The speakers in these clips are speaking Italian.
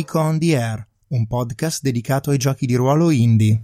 Nico on the Air, un podcast dedicato ai giochi di ruolo indie.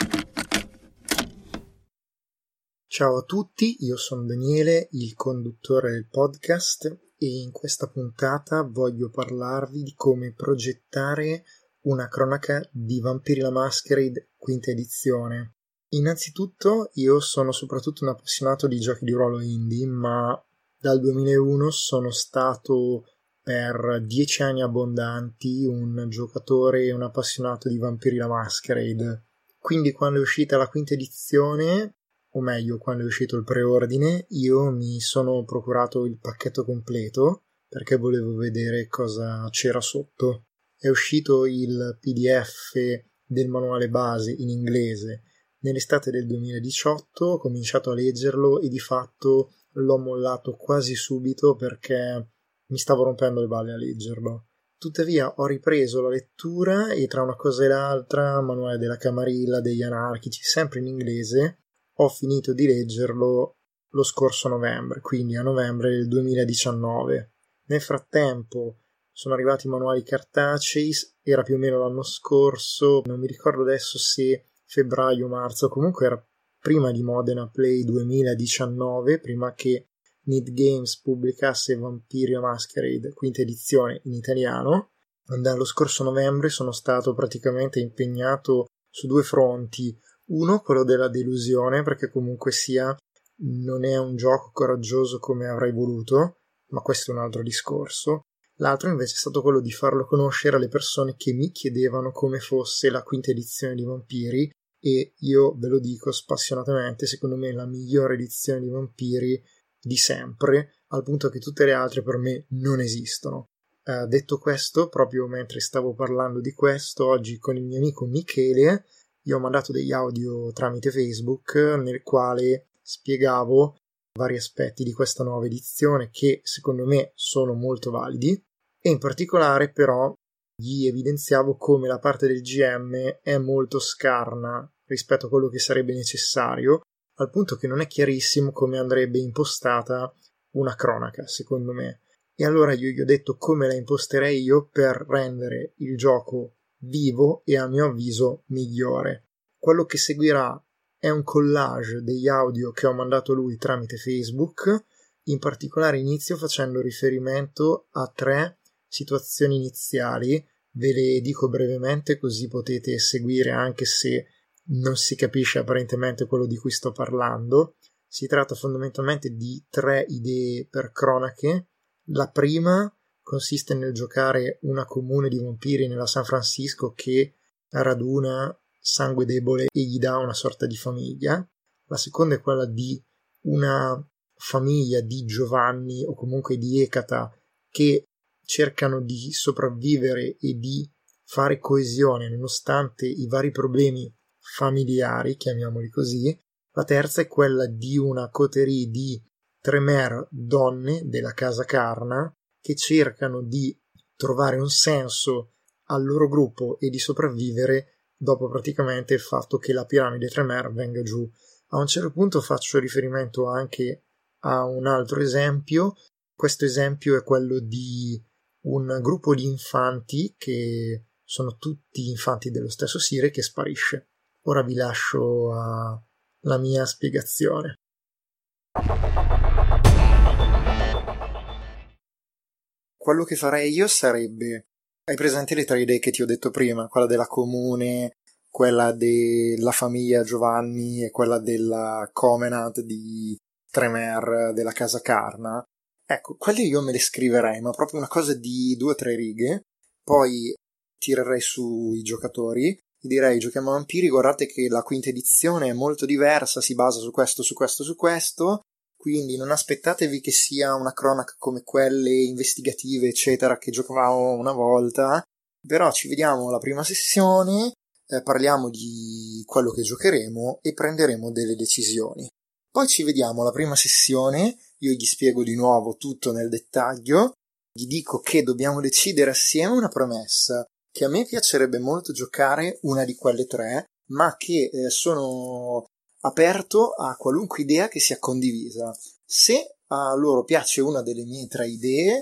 Ciao a tutti, io sono Daniele, il conduttore del podcast, e in questa puntata voglio parlarvi di come progettare una cronaca di Vampiri la Masquerade quinta edizione. Innanzitutto io sono soprattutto un appassionato di giochi di ruolo indie, ma dal 2001 sono stato per 10 anni abbondanti un giocatore e un appassionato di Vampiri la Masquerade. Quindi quando è uscita la quinta edizione, o meglio quando è uscito il preordine, io mi sono procurato il pacchetto completo perché volevo vedere cosa c'era sotto. È uscito il PDF del manuale base in inglese nell'estate del 2018, ho cominciato a leggerlo e di fatto l'ho mollato quasi subito perché mi stavo rompendo le balle a leggerlo. Tuttavia ho ripreso la lettura e tra una cosa e l'altra, manuale della Camarilla, degli anarchici, sempre in inglese, ho finito di leggerlo lo scorso novembre, quindi a novembre del 2019. Nel frattempo sono arrivati i manuali cartacei, era più o meno l'anno scorso, non mi ricordo adesso se febbraio, marzo, comunque era prima di Modena Play 2019, prima che Need Games pubblicasse Vampiri la Masquerade quinta edizione in italiano. Dallo scorso novembre sono stato praticamente impegnato su due fronti. Uno, quello della delusione, perché comunque sia non è un gioco coraggioso come avrei voluto, ma questo è un altro discorso. L'altro invece è stato quello di farlo conoscere alle persone che mi chiedevano come fosse la quinta edizione di Vampiri, e io ve lo dico spassionatamente, secondo me è la migliore edizione di Vampiri di sempre, al punto che tutte le altre per me non esistono. Detto questo, proprio mentre stavo parlando di questo, oggi con il mio amico Michele, io ho mandato degli audio tramite Facebook nel quale spiegavo vari aspetti di questa nuova edizione che secondo me sono molto validi, e in particolare però gli evidenziavo come la parte del GM è molto scarna rispetto a quello che sarebbe necessario, al punto che non è chiarissimo come andrebbe impostata una cronaca, secondo me. E allora io gli ho detto come la imposterei io per rendere il gioco vivo e a mio avviso migliore. Quello che seguirà è un collage degli audio che ho mandato lui tramite Facebook. In particolare inizio facendo riferimento a 3 situazioni iniziali, ve le dico brevemente così potete seguire anche se non si capisce apparentemente quello di cui sto parlando. Si tratta fondamentalmente di 3 idee per cronache. La prima consiste nel giocare una comune di vampiri nella San Francisco che raduna sangue debole e gli dà una sorta di famiglia. La seconda è quella di una famiglia di Giovanni o comunque di Ecata che cercano di sopravvivere e di fare coesione nonostante i vari problemi familiari, chiamiamoli così. La terza è quella di una coterie di Tremere donne della casa Carna che cercano di trovare un senso al loro gruppo e di sopravvivere dopo praticamente il fatto che la piramide Tremere venga giù. A un certo punto faccio riferimento anche a un altro esempio. Questo esempio è quello di un gruppo di infanti che sono tutti infanti dello stesso Sire che sparisce. Ora vi lascio alla mia spiegazione. Quello che farei io sarebbe: hai presente le 3 idee che ti ho detto prima? Quella della comune, quella della famiglia Giovanni e quella della Covenant di Tremere della casa Carna? Ecco, quelle io me le scriverei, ma proprio una cosa di 2 o 3 righe. Poi tirerei sui giocatori, gli direi: giochiamo a Vampiri, guardate che la quinta edizione è molto diversa, si basa su questo, su questo, su questo, quindi non aspettatevi che sia una cronaca come quelle investigative eccetera che giocavamo una volta, però ci vediamo alla prima sessione, parliamo di quello che giocheremo e prenderemo delle decisioni. Poi ci vediamo alla prima sessione, io gli spiego di nuovo tutto nel dettaglio, gli dico che dobbiamo decidere assieme una premessa, che a me piacerebbe molto giocare una di quelle 3, ma che sono aperto a qualunque idea che sia condivisa. Se a loro piace una delle mie 3 idee,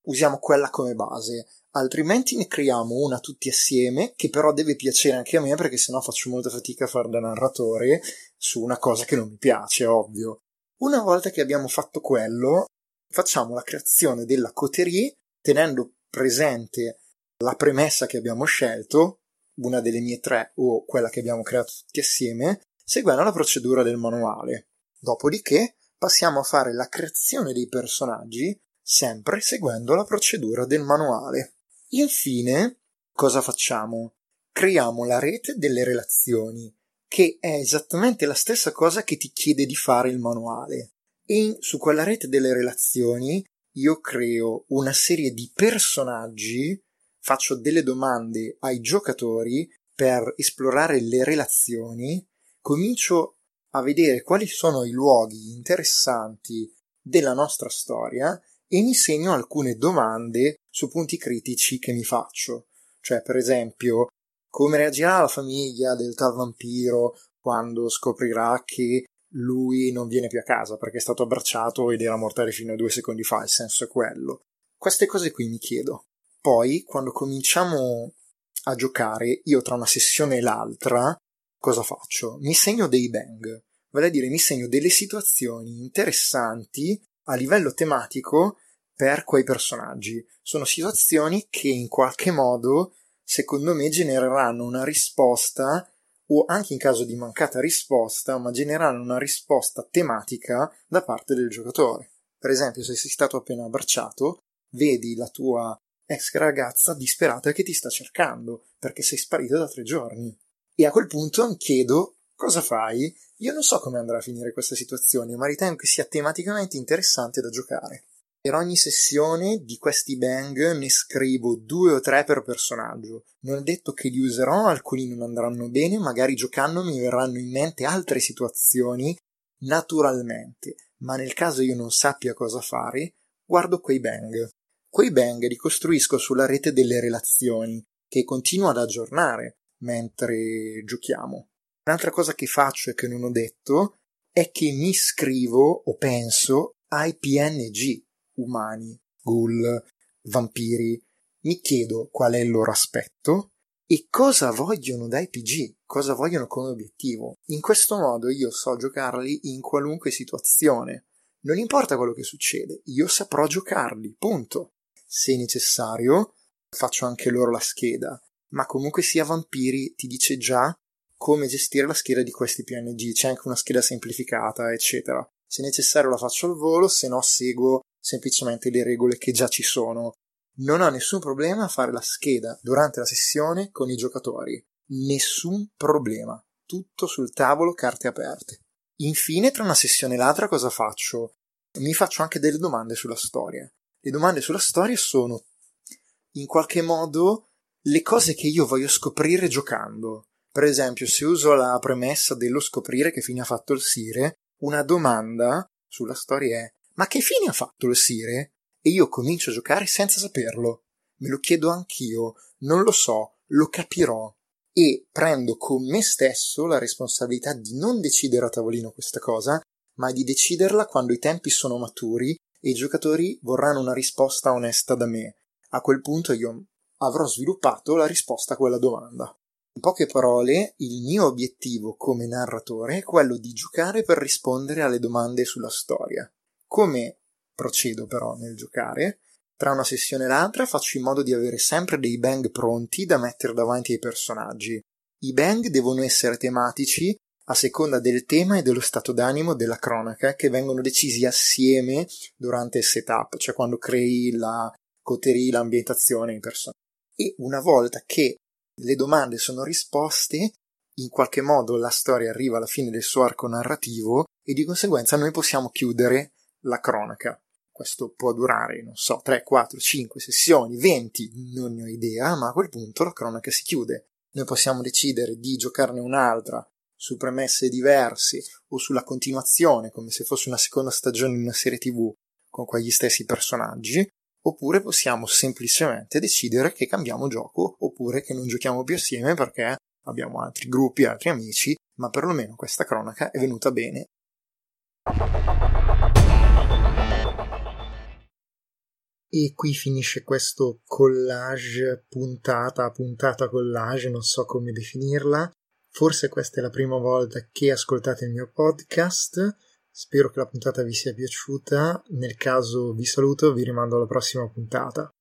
usiamo quella come base, altrimenti ne creiamo una tutti assieme, che però deve piacere anche a me, perché sennò faccio molta fatica a fare da narratore su una cosa che non mi piace, ovvio. Una volta che abbiamo fatto quello, facciamo la creazione della coterie, tenendo presente la premessa che abbiamo scelto, una delle mie 3 o quella che abbiamo creato tutti assieme, seguendo la procedura del manuale. Dopodiché passiamo a fare la creazione dei personaggi, sempre seguendo la procedura del manuale. Infine, cosa facciamo? Creiamo la rete delle relazioni, che è esattamente la stessa cosa che ti chiede di fare il manuale. E su quella rete delle relazioni io creo una serie di personaggi, faccio delle domande ai giocatori per esplorare le relazioni, comincio a vedere quali sono i luoghi interessanti della nostra storia e mi segno alcune domande su punti critici che mi faccio. Cioè, per esempio, come reagirà la famiglia del tal vampiro quando scoprirà che lui non viene più a casa perché è stato abbracciato ed era mortale fino a 2 secondi fa, il senso è quello. Queste cose qui mi chiedo. Poi, quando cominciamo a giocare, io tra una sessione e l'altra, cosa faccio? Mi segno dei bang, vale a dire mi segno delle situazioni interessanti a livello tematico per quei personaggi. Sono situazioni che in qualche modo, secondo me, genereranno una risposta, o anche in caso di mancata risposta, ma genereranno una risposta tematica da parte del giocatore. Per esempio, se sei stato appena abbracciato, vedi la tua ex ragazza disperata che ti sta cercando perché sei sparito da 3 giorni. E a quel punto mi chiedo, cosa fai? Io non so come andrà a finire questa situazione, ma ritengo che sia tematicamente interessante da giocare. Per ogni sessione di questi bang ne scrivo 2 o 3 per personaggio. Non è detto che li userò, alcuni non andranno bene, magari giocando mi verranno in mente altre situazioni naturalmente, ma nel caso io non sappia cosa fare, guardo quei bang. Quei bang li costruisco sulla rete delle relazioni, che continuo ad aggiornare mentre giochiamo. Un'altra cosa che faccio e che non ho detto è che mi scrivo o penso ai PNG, umani, ghoul, vampiri. Mi chiedo qual è il loro aspetto e cosa vogliono dai PG, cosa vogliono come obiettivo. In questo modo io so giocarli in qualunque situazione. Non importa quello che succede, io saprò giocarli, punto. Se necessario, faccio anche loro la scheda, ma comunque sia vampiri ti dice già come gestire la scheda di questi PNG, c'è anche una scheda semplificata, eccetera. Se necessario la faccio al volo, se no seguo semplicemente le regole che già ci sono. Non ho nessun problema a fare la scheda durante la sessione con i giocatori. Nessun problema. Tutto sul tavolo, carte aperte. Infine, tra una sessione e l'altra, cosa faccio? Mi faccio anche delle domande sulla storia. Le domande sulla storia sono, in qualche modo, le cose che io voglio scoprire giocando. Per esempio, se uso la premessa dello scoprire che fine ha fatto il Sire, una domanda sulla storia è: ma che fine ha fatto il Sire? E io comincio a giocare senza saperlo. Me lo chiedo anch'io, non lo so, lo capirò. E prendo con me stesso la responsabilità di non decidere a tavolino questa cosa, ma di deciderla quando i tempi sono maturi e i giocatori vorranno una risposta onesta da me. A quel punto io avrò sviluppato la risposta a quella domanda. In poche parole, il mio obiettivo come narratore è quello di giocare per rispondere alle domande sulla storia. Come procedo però nel giocare? Tra una sessione e l'altra faccio in modo di avere sempre dei bang pronti da mettere davanti ai personaggi. I bang devono essere tematici a seconda del tema e dello stato d'animo della cronaca, che vengono decisi assieme durante il setup, cioè quando crei la coterie, l'ambientazione, i personaggi. E una volta che le domande sono risposte, in qualche modo la storia arriva alla fine del suo arco narrativo e di conseguenza noi possiamo chiudere la cronaca. Questo può durare, 3, 4, 5 sessioni, 20, non ne ho idea, ma a quel punto la cronaca si chiude. Noi possiamo decidere di giocarne un'altra su premesse diverse o sulla continuazione, come se fosse una seconda stagione di una serie TV con quegli stessi personaggi, oppure possiamo semplicemente decidere che cambiamo gioco, oppure che non giochiamo più assieme perché abbiamo altri gruppi, altri amici, ma perlomeno questa cronaca è venuta bene. E qui finisce questo collage, puntata collage, non so come definirla. Forse questa è la prima volta che ascoltate il mio podcast. Spero che la puntata vi sia piaciuta. Nel caso vi saluto, vi rimando alla prossima puntata.